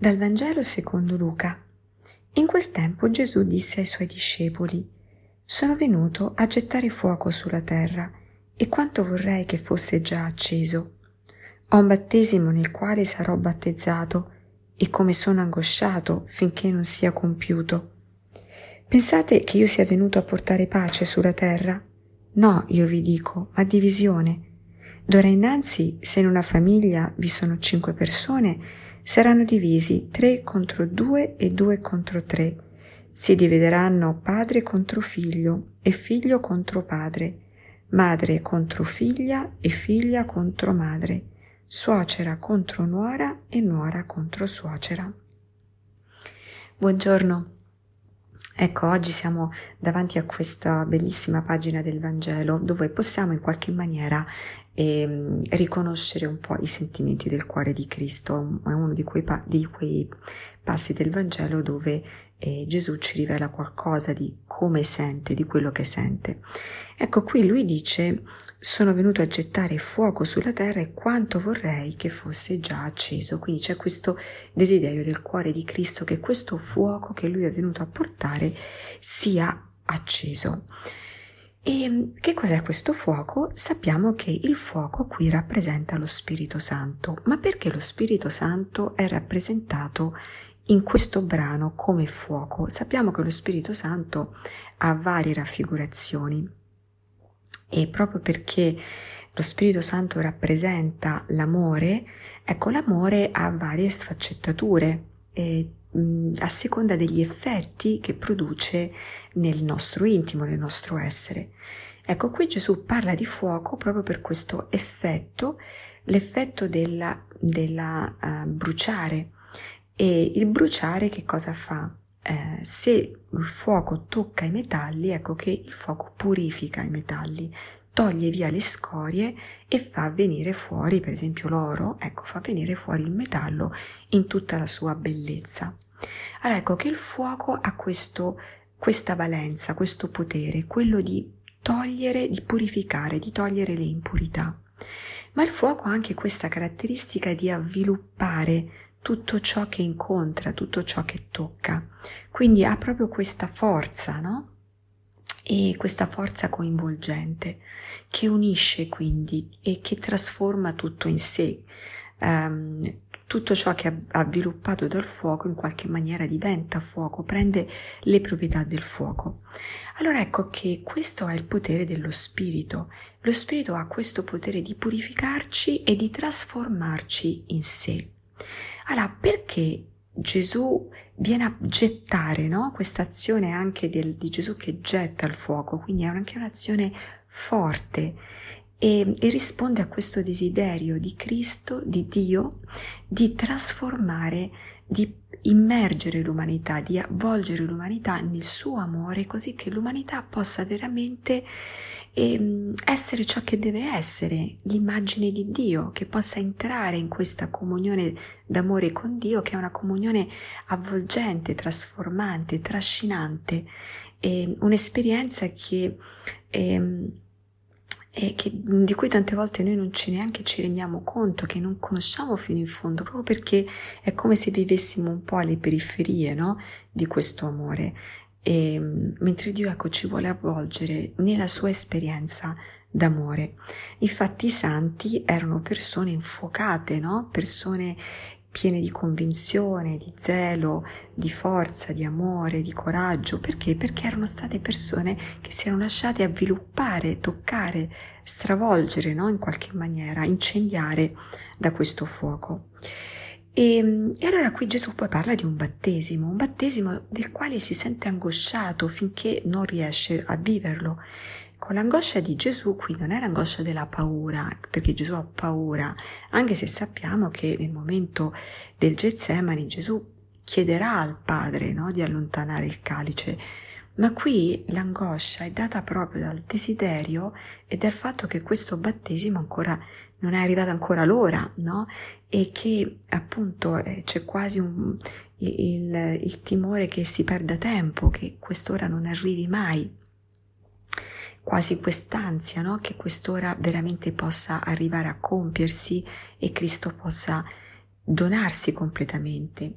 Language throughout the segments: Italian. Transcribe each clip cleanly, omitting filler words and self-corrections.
Dal Vangelo secondo Luca. In quel tempo Gesù disse ai suoi discepoli: «Sono venuto a gettare fuoco sulla terra, e quanto vorrei che fosse già acceso. Ho un battesimo nel quale sarò battezzato, e come sono angosciato finché non sia compiuto. Pensate che io sia venuto a portare pace sulla terra? No, io vi dico, ma divisione. D'ora innanzi, se in una famiglia vi sono 5 persone, saranno divisi 3 contro 2 e 2 contro 3. Si divideranno padre contro figlio e figlio contro padre, madre contro figlia e figlia contro madre, suocera contro nuora e nuora contro suocera». Buongiorno. Ecco, oggi siamo davanti a questa bellissima pagina del Vangelo dove possiamo in qualche maniera riconoscere un po' i sentimenti del cuore di Cristo. È uno di quei passi del Vangelo dove Gesù ci rivela qualcosa di come sente, di quello che sente. Ecco, qui lui dice: sono venuto a gettare fuoco sulla terra e quanto vorrei che fosse già acceso. Quindi c'è questo desiderio del cuore di Cristo che questo fuoco che lui è venuto a portare sia acceso. E che cos'è questo fuoco? Sappiamo che il fuoco qui rappresenta lo Spirito Santo. Ma perché lo Spirito Santo è rappresentato in questo brano come fuoco? Sappiamo che lo Spirito Santo ha varie raffigurazioni, e proprio perché lo Spirito Santo rappresenta l'amore, ecco, l'amore ha varie sfaccettature a seconda degli effetti che produce nel nostro intimo, nel nostro essere. Ecco, qui Gesù parla di fuoco proprio per questo effetto, l'effetto della bruciare. E il bruciare che cosa fa? Se il fuoco tocca i metalli, ecco che il fuoco purifica i metalli, toglie via le scorie e fa venire fuori, per esempio l'oro, ecco, fa venire fuori il metallo in tutta la sua bellezza. Allora ecco che il fuoco ha questa valenza, questo potere, quello di togliere, di purificare, di togliere le impurità. Ma il fuoco ha anche questa caratteristica di avviluppare tutto ciò che incontra, tutto ciò che tocca. Quindi ha proprio questa forza, no? E questa forza coinvolgente che unisce quindi e che trasforma tutto in sé. Tutto ciò che è avviluppato dal fuoco in qualche maniera diventa fuoco, prende le proprietà del fuoco. Allora ecco che questo è il potere dello Spirito. Lo Spirito ha questo potere di purificarci e di trasformarci in sé. Allora, perché Gesù viene a gettare, no? Questa azione anche di Gesù che getta il fuoco, quindi è anche un'azione forte e risponde a questo desiderio di Cristo, di Dio, di trasformare, di immergere l'umanità, di avvolgere l'umanità nel suo amore, così che l'umanità possa veramente essere ciò che deve essere, l'immagine di Dio, che possa entrare in questa comunione d'amore con Dio, che è una comunione avvolgente, trasformante, trascinante, un'esperienza di cui tante volte noi non neanche ci rendiamo conto, che non conosciamo fino in fondo, proprio perché è come se vivessimo un po' alle periferie, no? Di questo amore. Mentre Dio, ecco, ci vuole avvolgere nella sua esperienza d'amore. Infatti i santi erano persone infuocate, no? Persone piene di convinzione, di zelo, di forza, di amore, di coraggio. Perché? Perché erano state persone che si erano lasciate avviluppare, toccare, stravolgere, no? In qualche maniera, incendiare da questo fuoco. E allora qui Gesù poi parla di un battesimo del quale si sente angosciato finché non riesce a viverlo. Con l'angoscia di Gesù qui non è l'angoscia della paura, perché Gesù ha paura, anche se sappiamo che nel momento del Getsemani Gesù chiederà al Padre, no, di allontanare il calice, ma qui l'angoscia è data proprio dal desiderio e dal fatto che questo battesimo ancora non è arrivata ancora l'ora, no? E che appunto c'è quasi il timore che si perda tempo, che quest'ora non arrivi mai. Quasi quest'ansia, no? Che quest'ora veramente possa arrivare a compiersi e Cristo possa donarsi completamente.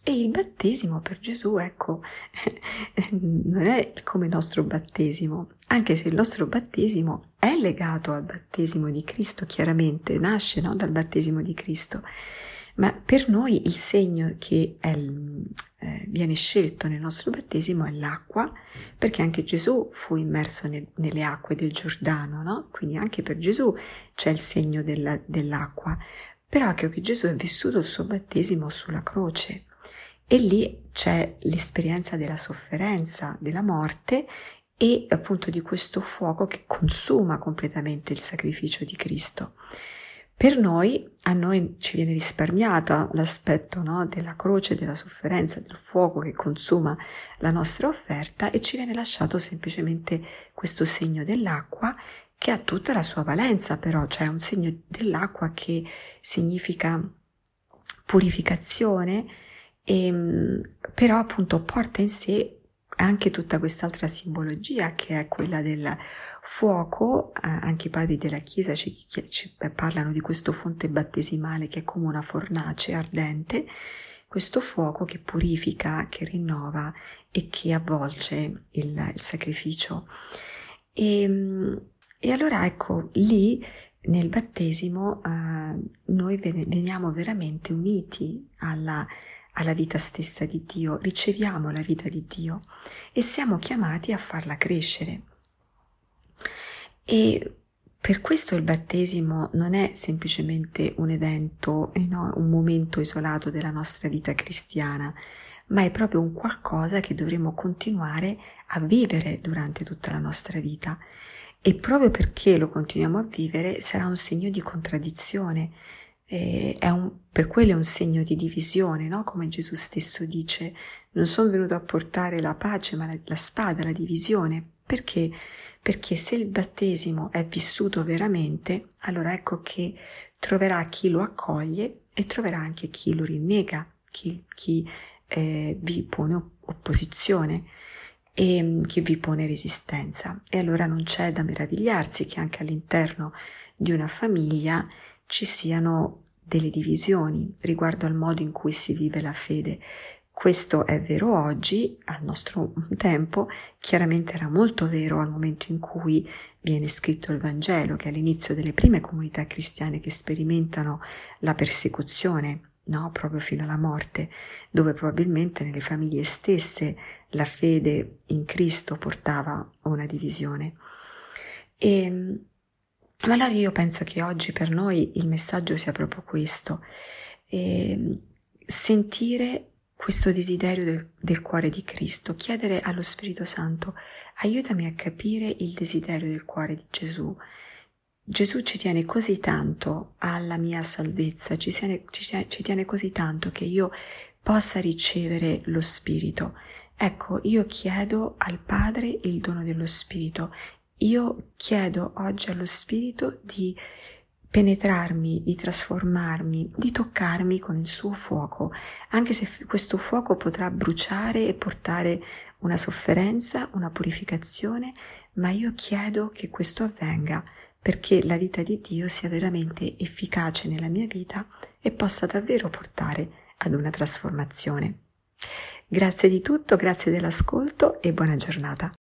E il battesimo per Gesù, ecco, non è come il nostro battesimo, anche se il nostro battesimo è legato al battesimo di Cristo, chiaramente nasce, no, dal battesimo di Cristo, ma per noi il segno che viene scelto nel nostro battesimo è l'acqua, perché anche Gesù fu immerso nelle acque del Giordano, no? Quindi anche per Gesù c'è il segno dell'acqua, però anche che Gesù ha vissuto il suo battesimo sulla croce. E lì c'è l'esperienza della sofferenza, della morte e appunto di questo fuoco che consuma completamente il sacrificio di Cristo. Per noi, a noi ci viene risparmiata l'aspetto, no, della croce, della sofferenza, del fuoco che consuma la nostra offerta e ci viene lasciato semplicemente questo segno dell'acqua che ha tutta la sua valenza, però c'è un segno dell'acqua che significa purificazione, però appunto porta in sé anche tutta quest'altra simbologia che è quella del fuoco. Anche i padri della Chiesa ci parlano di questo fonte battesimale che è come una fornace ardente, questo fuoco che purifica, che rinnova e che avvolge il sacrificio. E allora ecco, lì nel battesimo noi veniamo veramente uniti alla vita stessa di Dio, riceviamo la vita di Dio e siamo chiamati a farla crescere. E per questo il battesimo non è semplicemente un evento, no? Un momento isolato della nostra vita cristiana, ma è proprio un qualcosa che dovremo continuare a vivere durante tutta la nostra vita. E proprio perché lo continuiamo a vivere sarà un segno di contraddizione, per quello è un segno di divisione, no? Come Gesù stesso dice, non sono venuto a portare la pace ma la spada, la divisione. Perché? Perché se il battesimo è vissuto veramente, allora ecco che troverà chi lo accoglie e troverà anche chi lo rinnega, chi vi pone opposizione e chi vi pone resistenza. E allora non c'è da meravigliarsi che anche all'interno di una famiglia ci siano delle divisioni riguardo al modo in cui si vive la fede. Questo è vero oggi, al nostro tempo, chiaramente era molto vero al momento in cui viene scritto il Vangelo, che è all'inizio delle prime comunità cristiane che sperimentano la persecuzione, no? Proprio fino alla morte, dove probabilmente nelle famiglie stesse la fede in Cristo portava a una divisione. Ma allora io penso che oggi per noi il messaggio sia proprio questo, sentire questo desiderio del cuore di Cristo, chiedere allo Spirito Santo, aiutami a capire il desiderio del cuore di Gesù. Gesù ci tiene così tanto alla mia salvezza, ci tiene così tanto che io possa ricevere lo Spirito. Ecco, io chiedo al Padre il dono dello Spirito. Io chiedo oggi allo Spirito di penetrarmi, di trasformarmi, di toccarmi con il suo fuoco, anche se questo fuoco potrà bruciare e portare una sofferenza, una purificazione, ma io chiedo che questo avvenga perché la vita di Dio sia veramente efficace nella mia vita e possa davvero portare ad una trasformazione. Grazie di tutto, grazie dell'ascolto e buona giornata.